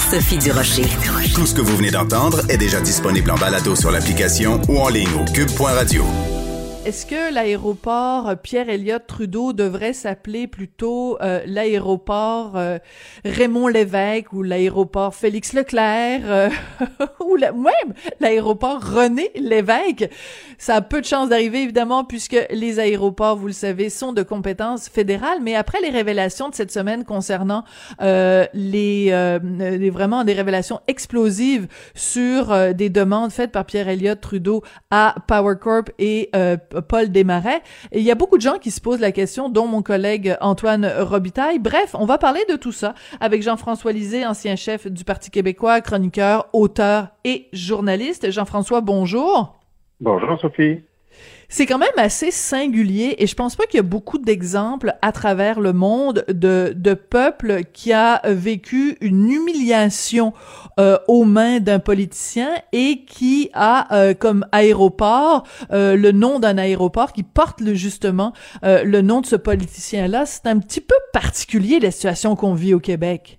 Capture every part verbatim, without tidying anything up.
Sophie Durocher. Tout ce que vous venez d'entendre est déjà disponible en balado sur l'application ou en ligne au cube point radio. Est-ce que l'aéroport Pierre-Elliott Trudeau devrait s'appeler plutôt euh, l'aéroport euh, Raymond Lévesque ou l'aéroport Félix Leclerc euh, ou la, même l'aéroport René Lévesque? Ça a peu de chances d'arriver, évidemment, puisque les aéroports, vous le savez, sont de compétence fédérale. Mais après les révélations de cette semaine concernant euh, les, euh, les vraiment des révélations explosives sur euh, des demandes faites par Pierre-Elliott Trudeau à Power Corp et euh, Paul Desmarais. Et il y a beaucoup de gens qui se posent la question, dont mon collègue Antoine Robitaille. Bref, on va parler de tout ça avec Jean-François Lisée, ancien chef du Parti québécois, chroniqueur, auteur et journaliste. Jean-François, bonjour. Bonjour, Sophie. C'est quand même assez singulier et je pense pas qu'il y a beaucoup d'exemples à travers le monde de de peuples qui a vécu une humiliation euh, aux mains d'un politicien et qui a euh, comme aéroport euh, le nom d'un aéroport qui porte le, justement euh, le nom de ce politicien-là. C'est un petit peu particulier la situation qu'on vit au Québec.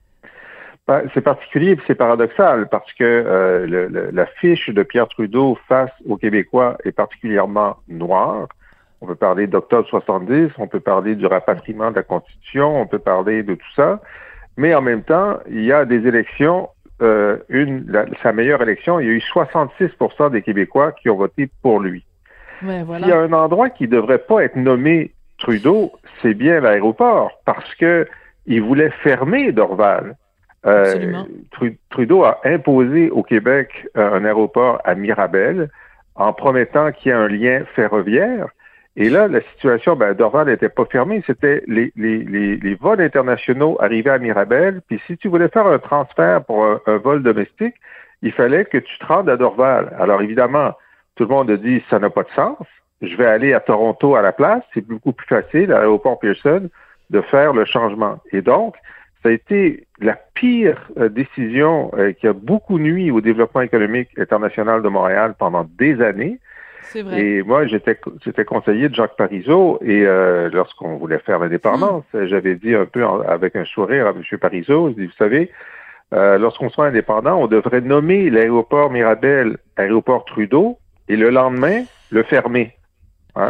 Ben, c'est particulier et c'est paradoxal parce que euh, le, le, la fiche de Pierre Trudeau face aux Québécois est particulièrement noire. On peut parler d'octobre soixante-dix, on peut parler du rapatriement de la Constitution, on peut parler de tout ça, mais en même temps, il y a des élections, euh, une la, sa meilleure élection, il y a eu soixante-six pour cent des Québécois qui ont voté pour lui. Ouais, voilà. Il y a un endroit qui devrait pas être nommé Trudeau, c'est bien l'aéroport, parce que il voulait fermer Dorval. Euh, Trudeau a imposé au Québec euh, un aéroport à Mirabel en promettant qu'il y ait un lien ferroviaire. Et là, la situation, ben, Dorval n'était pas fermée. C'était les, les, les, les vols internationaux arrivaient à Mirabel. Puis si tu voulais faire un transfert pour un, un vol domestique, il fallait que tu te rendes à Dorval. Alors évidemment, tout le monde a dit ça n'a pas de sens. Je vais aller à Toronto à la place. C'est beaucoup plus facile à l'aéroport Pearson de faire le changement. Et donc, ça a été la pire euh, décision euh, qui a beaucoup nui au développement économique international de Montréal pendant des années. C'est vrai. Et moi, j'étais j'étais conseiller de Jacques Parizeau et euh, lorsqu'on voulait faire l'indépendance, mmh. j'avais dit un peu en, avec un sourire à M. Parizeau, je dis, vous savez, euh, lorsqu'on soit indépendant, on devrait nommer l'aéroport Mirabel aéroport Trudeau et le lendemain, le fermer. Hein?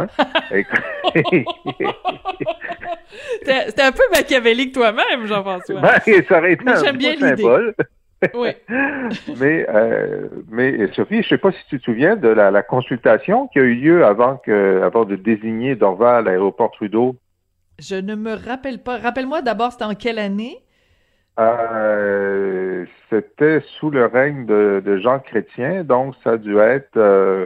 C'était un peu machiavélique toi-même, Jean-François. Ben, ça aurait été mais un j'aime bien symbole. Oui. mais, euh, mais Sophie, je sais pas si tu te souviens de la, la consultation qui a eu lieu avant que, avant de désigner Dorval à l'aéroport Trudeau. Je ne me rappelle pas. Rappelle-moi d'abord, c'était en quelle année? Euh, c'était sous le règne de, de Jean Chrétien, donc ça a dû être... Euh,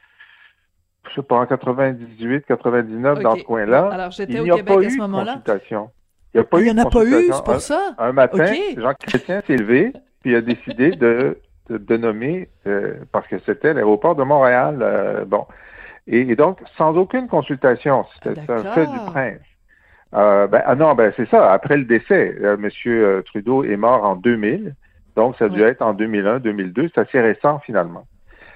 je sais pas, en quatre-vingt-dix-huit, quatre-vingt-dix-neuf, okay. Dans ce coin-là. Alors, j'étais au Québec à ce moment-là. Il n'y a pas eu de consultation. Il n'y en a pas eu, c'est pour ça? Un, un matin, okay. Jean Chrétien s'est levé, puis a décidé de, de, de nommer, euh, parce que c'était l'aéroport de Montréal, euh, bon. Et, et donc, sans aucune consultation, c'était ah, un fait du prince. Euh, ben, ah non, ben c'est ça, après le décès, euh, M. Trudeau est mort en deux mille, donc ça a dû oui. être en deux mille un, deux mille deux, c'est assez récent finalement.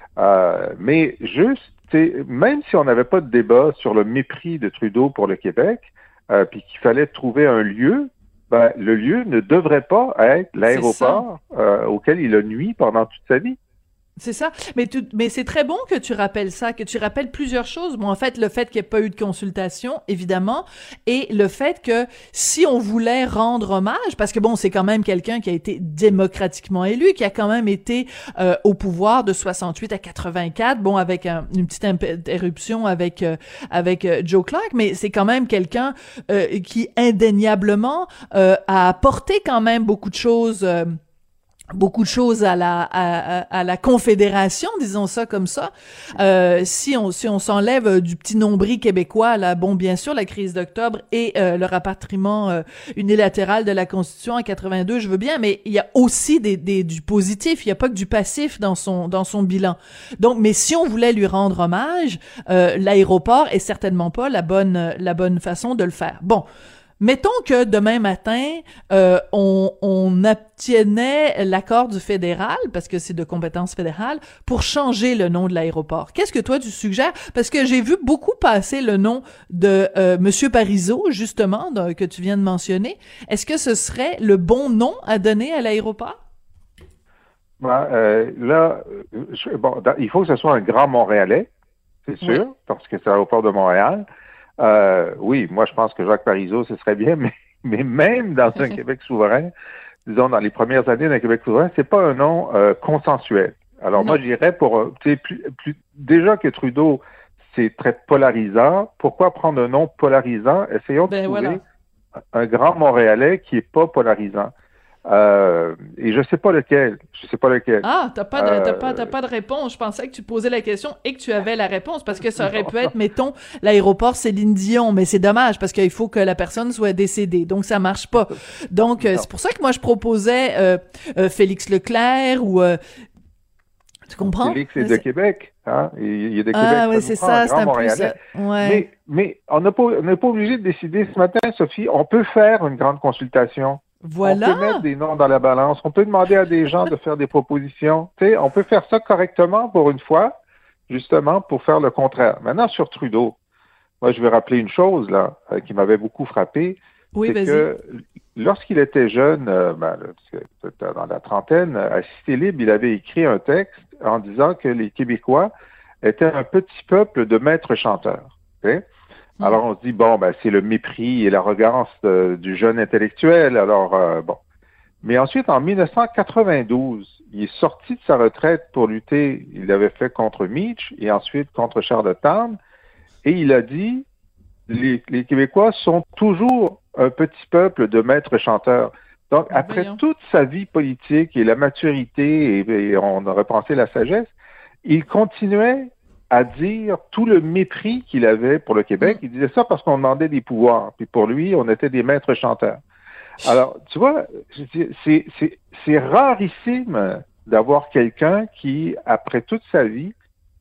Euh, mais juste, t'sais, même si on n'avait pas de débat sur le mépris de Trudeau pour le Québec, euh, puis qu'il fallait trouver un lieu, ben, le lieu ne devrait pas être l'aéroport euh, auquel il a nui pendant toute sa vie. C'est ça. Mais, tu, mais c'est très bon que tu rappelles ça, que tu rappelles plusieurs choses. Bon, en fait, le fait qu'il n'y ait pas eu de consultation, évidemment, et le fait que si on voulait rendre hommage, parce que bon, c'est quand même quelqu'un qui a été démocratiquement élu, qui a quand même été euh, au pouvoir de soixante-huit à quatre-vingt-quatre, bon, avec un, une petite interruption avec euh, avec euh, Joe Clark, mais c'est quand même quelqu'un euh, qui indéniablement euh, a apporté quand même beaucoup de choses. Euh, beaucoup de choses à la à, à la Confédération, disons ça comme ça. Euh, si on si on s'enlève du petit nombril québécois, là, bon, bien sûr, la crise d'octobre et euh, le rapatriement euh, unilatéral de la Constitution en quatre-vingt-deux, je veux bien, mais il y a aussi des, des du positif. Il y a pas que du passif dans son dans son bilan. Donc, mais si on voulait lui rendre hommage, euh, l'aéroport est certainement pas la bonne la bonne façon de le faire. Bon. Mettons que demain matin, euh, on, on obtenait l'accord du fédéral, parce que c'est de compétence fédérale, pour changer le nom de l'aéroport. Qu'est-ce que toi tu suggères? Parce que j'ai vu beaucoup passer le nom de euh, Monsieur Parizeau, justement, de, que tu viens de mentionner. Est-ce que ce serait le bon nom à donner à l'aéroport? Ben, euh, là, je, bon, dans, il faut que ce soit un grand Montréalais, c'est sûr, oui. Parce que c'est l'aéroport de Montréal. Euh, oui, moi, je pense que Jacques Parizeau, ce serait bien, mais, mais même dans un Québec souverain, disons, dans les premières années d'un Québec souverain, c'est pas un nom euh, consensuel. Alors, non. Moi, j'irais pour, tu sais, plus, plus, déjà que Trudeau, c'est très polarisant. Pourquoi prendre un nom polarisant? Essayons de ben, trouver voilà. un grand Montréalais qui est pas polarisant. Euh, et je sais pas lequel. Je sais pas lequel. Ah, t'as pas de, euh, t'as pas, t'as pas de réponse. Je pensais que tu posais la question et que tu avais la réponse parce que ça aurait pu être, mettons, l'aéroport Céline Dion, mais c'est dommage parce qu'il faut que la personne soit décédée, donc ça marche pas. Donc euh, c'est pour ça que moi je proposais euh, euh, Félix Leclerc ou euh, tu comprends? Félix est de Québec, hein. Il y a des ah, Québec. Ah oui, c'est ça, c'est un peu ça. Ouais. Mais, mais on n'a pas, on n'est pas obligé de décider ce matin, Sophie. On peut faire une grande consultation. Voilà. On peut mettre des noms dans la balance. On peut demander à des gens de faire des propositions. Tu sais, on peut faire ça correctement pour une fois, justement, pour faire le contraire. Maintenant, sur Trudeau, moi, je vais rappeler une chose, là, euh, qui m'avait beaucoup frappé. Oui, c'est vas-y. que lorsqu'il était jeune, euh, ben, dans la trentaine, à Cité Libre, il avait écrit un texte en disant que les Québécois étaient un petit peuple de maîtres chanteurs. Okay? Alors, on se dit, bon, ben, c'est le mépris et l'arrogance euh, du jeune intellectuel. Alors, euh, bon. Mais ensuite, en dix-neuf cent quatre-vingt-douze, il est sorti de sa retraite pour lutter. Il l'avait fait contre Meach et ensuite contre Charlottetown. Et il a dit, les, les Québécois sont toujours un petit peuple de maîtres chanteurs. Donc, après Voyons. toute sa vie politique et la maturité, et, et on aurait pensé la sagesse, il continuait à dire tout le mépris qu'il avait pour le Québec. Il disait ça parce qu'on demandait des pouvoirs. Puis pour lui, on était des maîtres chanteurs. Alors, tu vois, c'est, c'est, c'est rarissime d'avoir quelqu'un qui, après toute sa vie,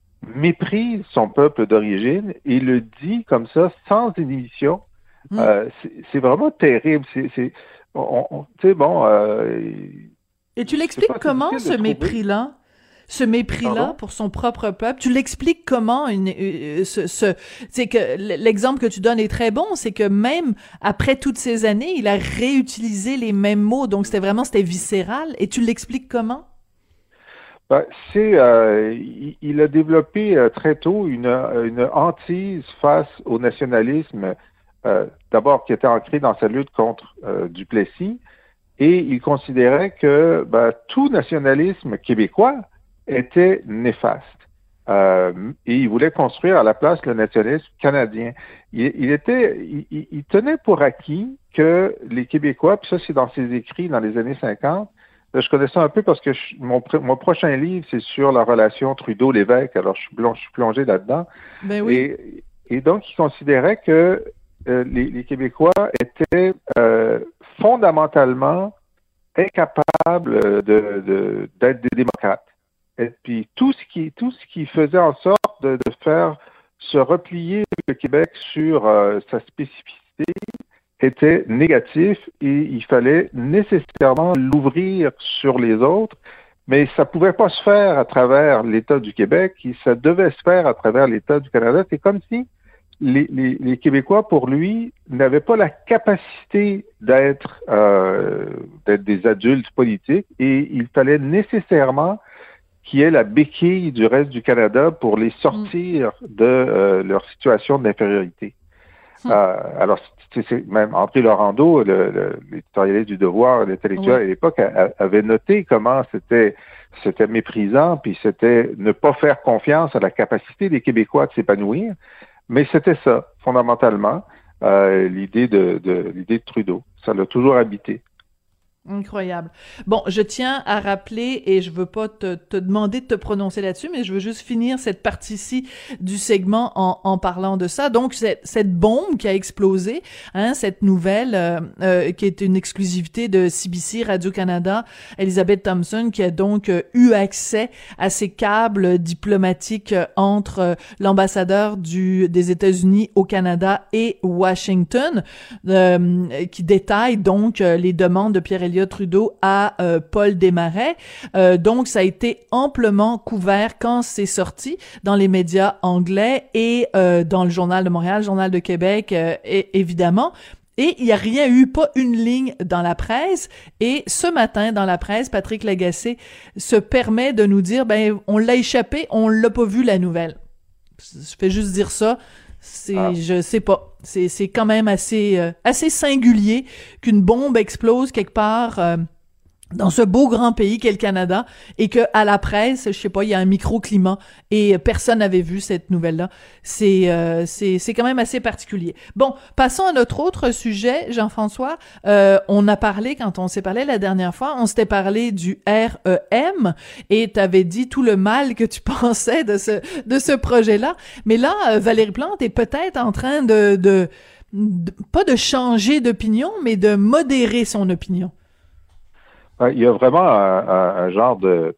méprise son peuple d'origine et le dit comme ça, sans inhibition. Mm. Euh, c'est, c'est vraiment terrible. C'est, c'est, on, on, tu sais, bon... Euh, et tu l'expliques comment, ce mépris-là? Ce mépris-là Pardon? Pour son propre peuple, tu l'expliques comment une, euh, ce, ce c'est que l'exemple que tu donnes est très bon, c'est que même après toutes ces années, il a réutilisé les mêmes mots, donc c'était vraiment c'était viscéral. Et tu l'expliques comment? Ben, c'est euh, il, il a développé euh, très tôt une, une hantise face au nationalisme, euh, d'abord qui était ancré dans sa lutte contre euh, Duplessis, et il considérait que ben, tout nationalisme québécois était néfaste. Euh, et il voulait construire à la place le nationalisme canadien. Il, il était, il, il tenait pour acquis que les Québécois, puis ça c'est dans ses écrits dans les années cinquante, je connais ça un peu parce que je, mon, mon prochain livre c'est sur la relation Trudeau-Lévesque, alors je suis, je suis plongé là-dedans. Ben oui. Et, et donc il considérait que euh, les, les Québécois étaient euh, fondamentalement incapables de, de, d'être des démocrates. Et puis tout ce qui tout ce qui faisait en sorte de, de faire se replier le Québec sur euh, sa spécificité était négatif et il fallait nécessairement l'ouvrir sur les autres, mais ça pouvait pas se faire à travers l'État du Québec, et ça devait se faire à travers l'État du Canada. C'est comme si les, les, les Québécois, pour lui, n'avaient pas la capacité d'être euh, d'être des adultes politiques et il fallait nécessairement qui est la béquille du reste du Canada pour les sortir de euh, leur situation d'infériorité. Mmh. Euh, alors, c'est, c'est, même André Laurando, le, le, l'éditorialiste du Devoir, l'intellectuel oui. à l'époque, a, avait noté comment c'était, c'était méprisant, puis c'était ne pas faire confiance à la capacité des Québécois de s'épanouir. Mais c'était ça, fondamentalement, euh, l'idée de, de l'idée de Trudeau. Ça l'a toujours habité. Incroyable. Bon, je tiens à rappeler, et je veux pas te, te demander de te prononcer là-dessus, mais je veux juste finir cette partie-ci du segment en, en parlant de ça. Donc, cette, cette bombe qui a explosé, hein, cette nouvelle euh, euh, qui est une exclusivité de C B C, Radio-Canada, Elizabeth Thompson, qui a donc euh, eu accès à ces câbles diplomatiques euh, entre euh, l'ambassadeur du des États-Unis au Canada et Washington, euh, qui détaille donc euh, les demandes de Pierre-Éliott Trudeau à euh, Paul Desmarais. Euh, donc, ça a été amplement couvert quand c'est sorti dans les médias anglais et euh, dans le Journal de Montréal, Journal de Québec, euh, et, évidemment. Et il n'y a rien eu, pas une ligne dans la presse. Et ce matin, dans la presse, Patrick Lagacé se permet de nous dire, ben, on l'a échappé, on l'a pas vu la nouvelle. Je fais juste dire ça. C'est, ah. je sais pas. C'est, c'est quand même assez, euh, assez singulier qu'une bombe explose quelque part, euh, dans ce beau grand pays qu'est le Canada, et que à la presse, je sais pas, il y a un microclimat et personne n'avait vu cette nouvelle-là. C'est euh, c'est c'est quand même assez particulier. Bon, passons à notre autre sujet, Jean-François. Euh, on a parlé, quand on s'est parlé la dernière fois, on s'était parlé du R E M et t'avais dit tout le mal que tu pensais de ce de ce projet-là. Mais là, Valérie Plante est peut-être en train de, de, de pas de changer d'opinion, mais de modérer son opinion. Il y a vraiment un, un, un genre de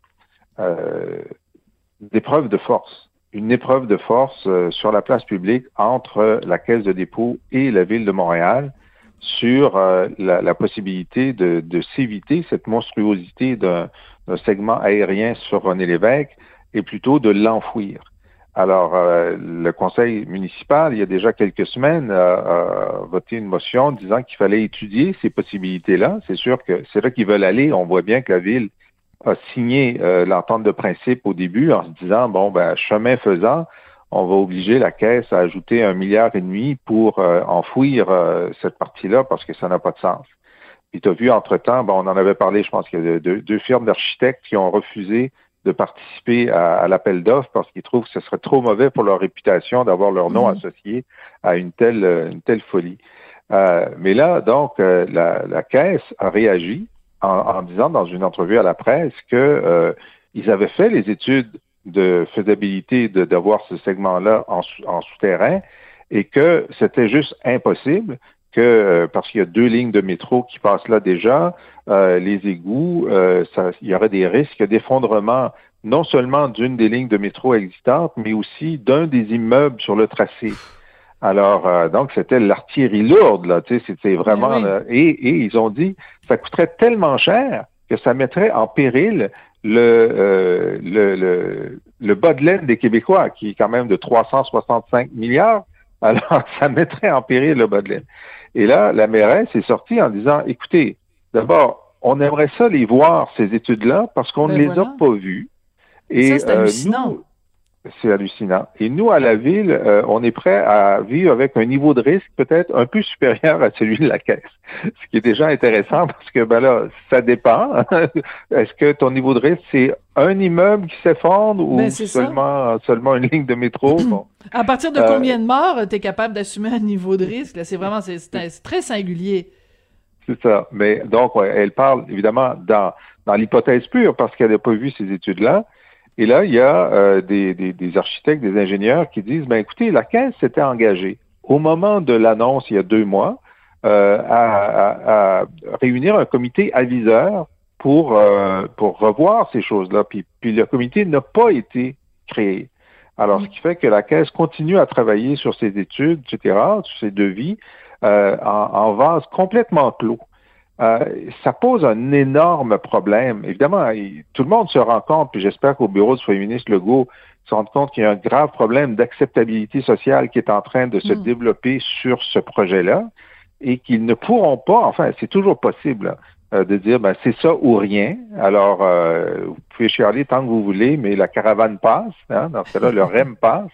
euh, d'épreuve de force, une épreuve de force euh, sur la place publique entre la Caisse de dépôt et la Ville de Montréal sur euh, la, la possibilité de, de s'éviter cette monstruosité d'un, d'un segment aérien sur René Lévesque et plutôt de l'enfouir. Alors, euh, le conseil municipal, il y a déjà quelques semaines, a, a voté une motion disant qu'il fallait étudier ces possibilités-là. C'est sûr que c'est là qu'ils veulent aller. On voit bien que la Ville a signé euh, l'entente de principe au début en se disant, bon, ben, chemin faisant, on va obliger la Caisse à ajouter un milliard et demi pour euh, enfouir euh, cette partie-là parce que ça n'a pas de sens. Puis tu as vu, entre-temps, bon, on en avait parlé, je pense qu'il y a deux, deux firmes d'architectes qui ont refusé de participer à, à l'appel d'offres parce qu'ils trouvent que ce serait trop mauvais pour leur réputation d'avoir leur nom mmh. associé à une telle une telle folie. Euh, mais là, donc, euh, la, la Caisse a réagi en, en disant dans une entrevue à la presse que euh, ils avaient fait les études de faisabilité de, d'avoir ce segment-là en, en souterrain et que c'était juste impossible que, euh, parce qu'il y a deux lignes de métro qui passent là déjà, euh, les égouts, euh, ça, il y aurait des risques d'effondrement non seulement d'une des lignes de métro existantes, mais aussi d'un des immeubles sur le tracé. Alors, euh, donc, c'était l'artillerie lourde, là, tu sais, c'était vraiment... Oui. Là, et, et ils ont dit, ça coûterait tellement cher que ça mettrait en péril le, euh, le, le, le bas de laine des Québécois, qui est quand même de trois cent soixante-cinq milliards. Alors, ça mettrait en péril le bas de laine. Et là, la mairesse est sortie en disant, écoutez, d'abord, on aimerait ça les voir, ces études-là, parce qu'on ben ne voilà. les a pas vues. Et ça, c'est hallucinant. Euh, nous, c'est hallucinant. Et nous, à la Ville, euh, on est prêt à vivre avec un niveau de risque peut-être un peu supérieur à celui de la Caisse. Ce qui est déjà intéressant parce que, ben là, ça dépend. Est-ce que ton niveau de risque, c'est un immeuble qui s'effondre ou ben, seulement, seulement une ligne de métro? Bon. À partir de combien euh, de morts tu es capable d'assumer un niveau de risque? Là, c'est vraiment, c'est, c'est, c'est très singulier. C'est ça. Mais donc, ouais, elle parle évidemment dans, dans l'hypothèse pure parce qu'elle n'a pas vu ces études-là. Et là, il y a euh, des, des, des architectes, des ingénieurs qui disent, ben écoutez, la Caisse s'était engagée au moment de l'annonce, il y a deux mois, euh, à, à, à réunir un comité aviseur pour euh, pour revoir ces choses-là. Puis, puis le comité n'a pas été créé. Alors, ce qui fait que la Caisse continue à travailler sur ses études, et cetera, sur ses devis, euh, en, en vase complètement clos. Euh, ça pose un énorme problème. Évidemment, il, tout le monde se rend compte, puis j'espère qu'au bureau du premier ministre Legault se rend compte qu'il y a un grave problème d'acceptabilité sociale qui est en train de se mmh. développer sur ce projet-là et qu'ils ne pourront pas, enfin, c'est toujours possible, euh, de dire, ben, c'est ça ou rien. Alors, euh, vous pouvez chialer tant que vous voulez, mais la caravane passe, hein, dans ce cas-là, le R E M passe.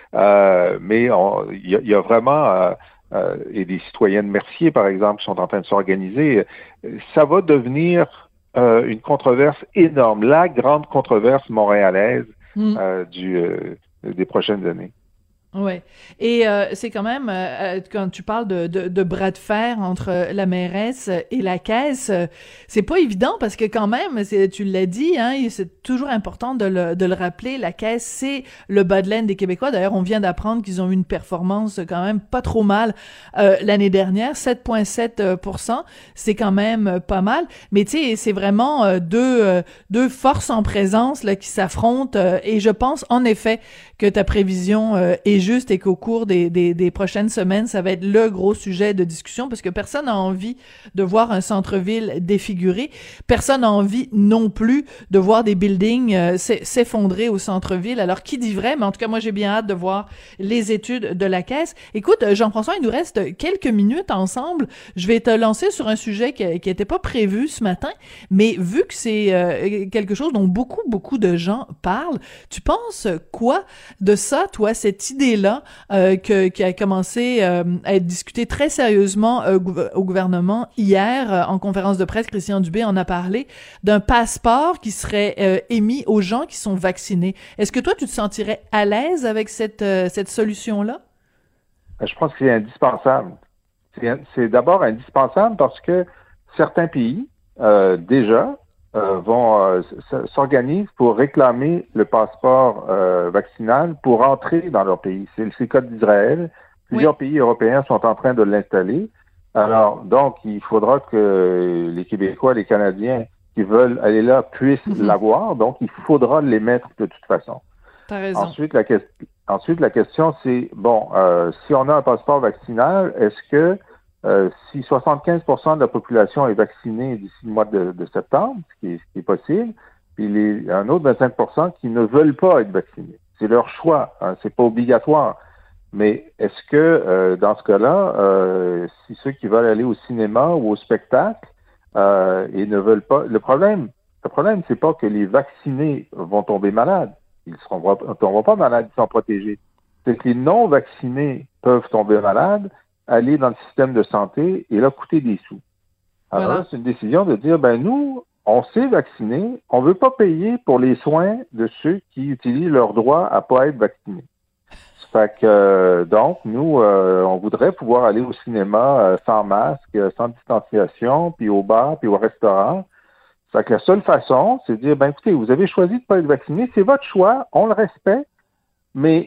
Euh, mais il y, y a vraiment... Euh, Euh, et des citoyens de Mercier, par exemple, qui sont en train de s'organiser, ça va devenir euh, une controverse énorme, la grande controverse montréalaise mmh. euh, du, euh, des prochaines années. Ouais. Et euh, c'est quand même euh, quand tu parles de, de, de bras de fer entre la mairesse et la Caisse, euh, c'est pas évident parce que quand même, c'est, tu l'as dit, hein, c'est toujours important de le, de le rappeler. La Caisse, c'est le bas de laine des Québécois. D'ailleurs, on vient d'apprendre qu'ils ont eu une performance quand même pas trop mal euh, l'année dernière, sept virgule sept pour cent. C'est quand même pas mal. Mais tu sais, c'est vraiment euh, deux euh, deux forces en présence là qui s'affrontent. Euh, et je pense en effet que ta prévision euh, est juste et qu'au cours des, des, des prochaines semaines, ça va être le gros sujet de discussion parce que personne n'a envie de voir un centre-ville défiguré. Personne n'a envie non plus de voir des buildings euh, s'effondrer au centre-ville. Alors, qui dit vrai? Mais en tout cas, moi, j'ai bien hâte de voir les études de la Caisse. Écoute, Jean-François, il nous reste quelques minutes ensemble. Je vais te lancer sur un sujet qui n'était pas prévu ce matin, mais vu que c'est euh, quelque chose dont beaucoup, beaucoup de gens parlent, tu penses quoi de ça, toi, cette idée-là euh, que, qui a commencé euh, à être discutée très sérieusement euh, au gouvernement hier, euh, en conférence de presse, Christian Dubé en a parlé, d'un passeport qui serait euh, émis aux gens qui sont vaccinés. Est-ce que toi, tu te sentirais à l'aise avec cette, euh, cette solution-là? Je pense que c'est indispensable. C'est, c'est d'abord indispensable parce que certains pays, euh, déjà, euh, vont euh, s'organisent pour réclamer le passeport euh, vaccinal pour entrer dans leur pays. C'est, c'est le cas d'Israël. Plusieurs oui. pays européens sont en train de l'installer. Alors, donc, il faudra que les Québécois, les Canadiens qui veulent aller là puissent mm-hmm. l'avoir. Donc, il faudra les mettre de toute façon. T'as raison. Ensuite, la, que- ensuite, la question, c'est, bon, euh, si on a un passeport vaccinal, est-ce que euh, si soixante-quinze pour cent de la population est vaccinée d'ici le mois de, de septembre, ce qui est, ce qui est possible, puis les, un autre vingt-cinq pour cent qui ne veulent pas être vaccinés. C'est leur choix, hein, c'est pas obligatoire. Mais est-ce que, euh, dans ce cas-là, euh, si ceux qui veulent aller au cinéma ou au spectacle euh, et ne veulent pas... Le problème, le problème, c'est pas que les vaccinés vont tomber malades. Ils ne tomberont pas malades, ils sont protégés. C'est que les non-vaccinés peuvent tomber malades, aller dans le système de santé et là, coûter des sous. Alors voilà. Là, c'est une décision de dire, ben nous, on s'est vaccinés, on veut pas payer pour les soins de ceux qui utilisent leur droit à pas être vaccinés. Fait que, euh, donc, nous, euh, on voudrait pouvoir aller au cinéma euh, sans masque, euh, sans distanciation, puis au bar, puis au restaurant. Fait que la seule façon, c'est de dire, ben écoutez, vous avez choisi de pas être vacciné, c'est votre choix, on le respecte, mais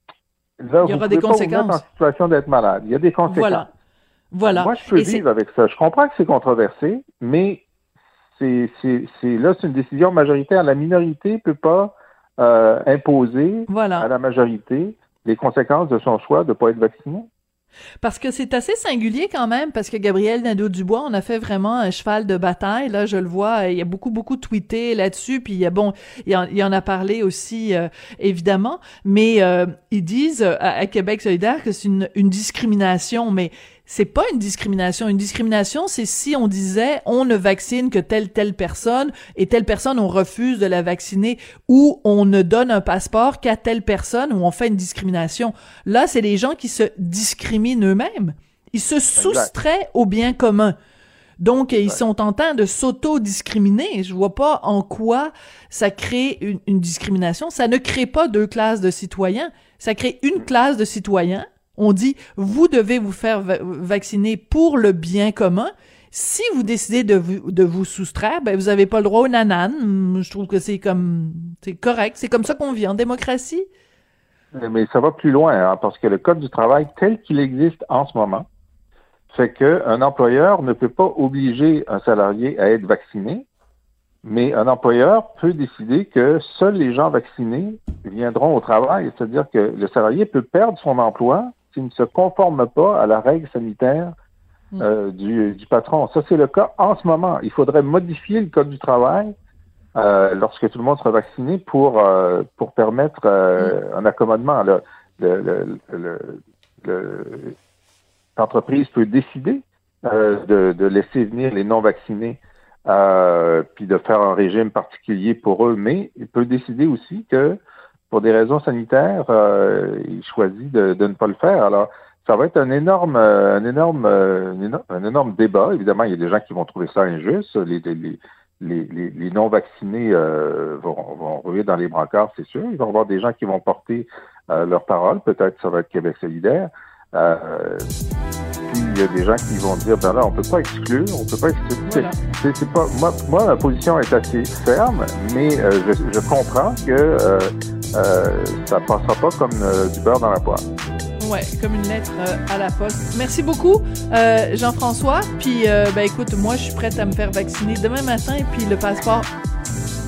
là, il y aura vous des pouvez conséquences. pas vous mettre en situation d'être malade. Il y a des conséquences. Voilà. Voilà. Moi, je peux Et vivre c'est... avec ça. Je comprends que c'est controversé, mais c'est, c'est, c'est là, c'est une décision majoritaire. La minorité peut pas euh, imposer voilà. à la majorité les conséquences de son choix de ne pas être vacciné. Parce que c'est assez singulier quand même, parce que Gabriel Nadeau-Dubois, on a fait vraiment un cheval de bataille, là, je le vois, il y a beaucoup, beaucoup tweeté là-dessus, puis il y a, bon, il en, il en a parlé aussi, euh, évidemment, mais euh, ils disent à, à Québec solidaire que c'est une, une discrimination, mais c'est pas une discrimination. Une discrimination, c'est si on disait on ne vaccine que telle telle personne et telle personne on refuse de la vacciner, ou on ne donne un passeport qu'à telle personne, ou on fait une discrimination. Là, c'est les gens qui se discriminent eux-mêmes. Ils se soustraient exact. Au bien commun. Donc, ils exact. Sont en train de s'auto-discriminer. Je vois pas en quoi ça crée une, une discrimination. Ça ne crée pas deux classes de citoyens. Ça crée une classe de citoyens. On dit, vous devez vous faire va- vacciner pour le bien commun. Si vous décidez de vous, de vous soustraire, ben, vous avez pas le droit aux nananes. Je trouve que c'est comme, c'est correct. C'est comme ça qu'on vit en démocratie. Mais ça va plus loin, hein, parce que le Code du travail tel qu'il existe en ce moment fait qu'un employeur ne peut pas obliger un salarié à être vacciné, mais un employeur peut décider que seuls les gens vaccinés viendront au travail. C'est-à-dire que le salarié peut perdre son emploi s'il ne se conforme pas à la règle sanitaire euh, du, du patron. Ça, c'est le cas en ce moment. Il faudrait modifier le Code du travail euh, lorsque tout le monde sera vacciné pour euh, pour permettre euh, un accommodement. Le, le, le, le, le, l'entreprise peut décider euh, de, de laisser venir les non-vaccinés euh, puis de faire un régime particulier pour eux, mais il peut décider aussi que pour des raisons sanitaires, euh, il choisit de, de ne pas le faire. Alors, ça va être un énorme, un énorme, un énorme, un énorme débat. Évidemment, il y a des gens qui vont trouver ça injuste. Les, les, les, les, les non-vaccinés euh, vont, vont ruer dans les brancards, c'est sûr. Il va y avoir des gens qui vont porter euh, leur parole. Peut-être que ça va être Québec solidaire. Euh, puis il y a des gens qui vont dire, ben là, on peut pas exclure, on peut pas exclure. Voilà. C'est, c'est pas, moi, moi, ma position est assez ferme, mais euh, je, je comprends que euh, euh, ça passera pas comme euh, du beurre dans la poire. Ouais, comme une lettre euh, à la poste. Merci beaucoup, euh, Jean-François. Puis, euh, ben écoute, moi, je suis prête à me faire vacciner demain matin, et puis le passeport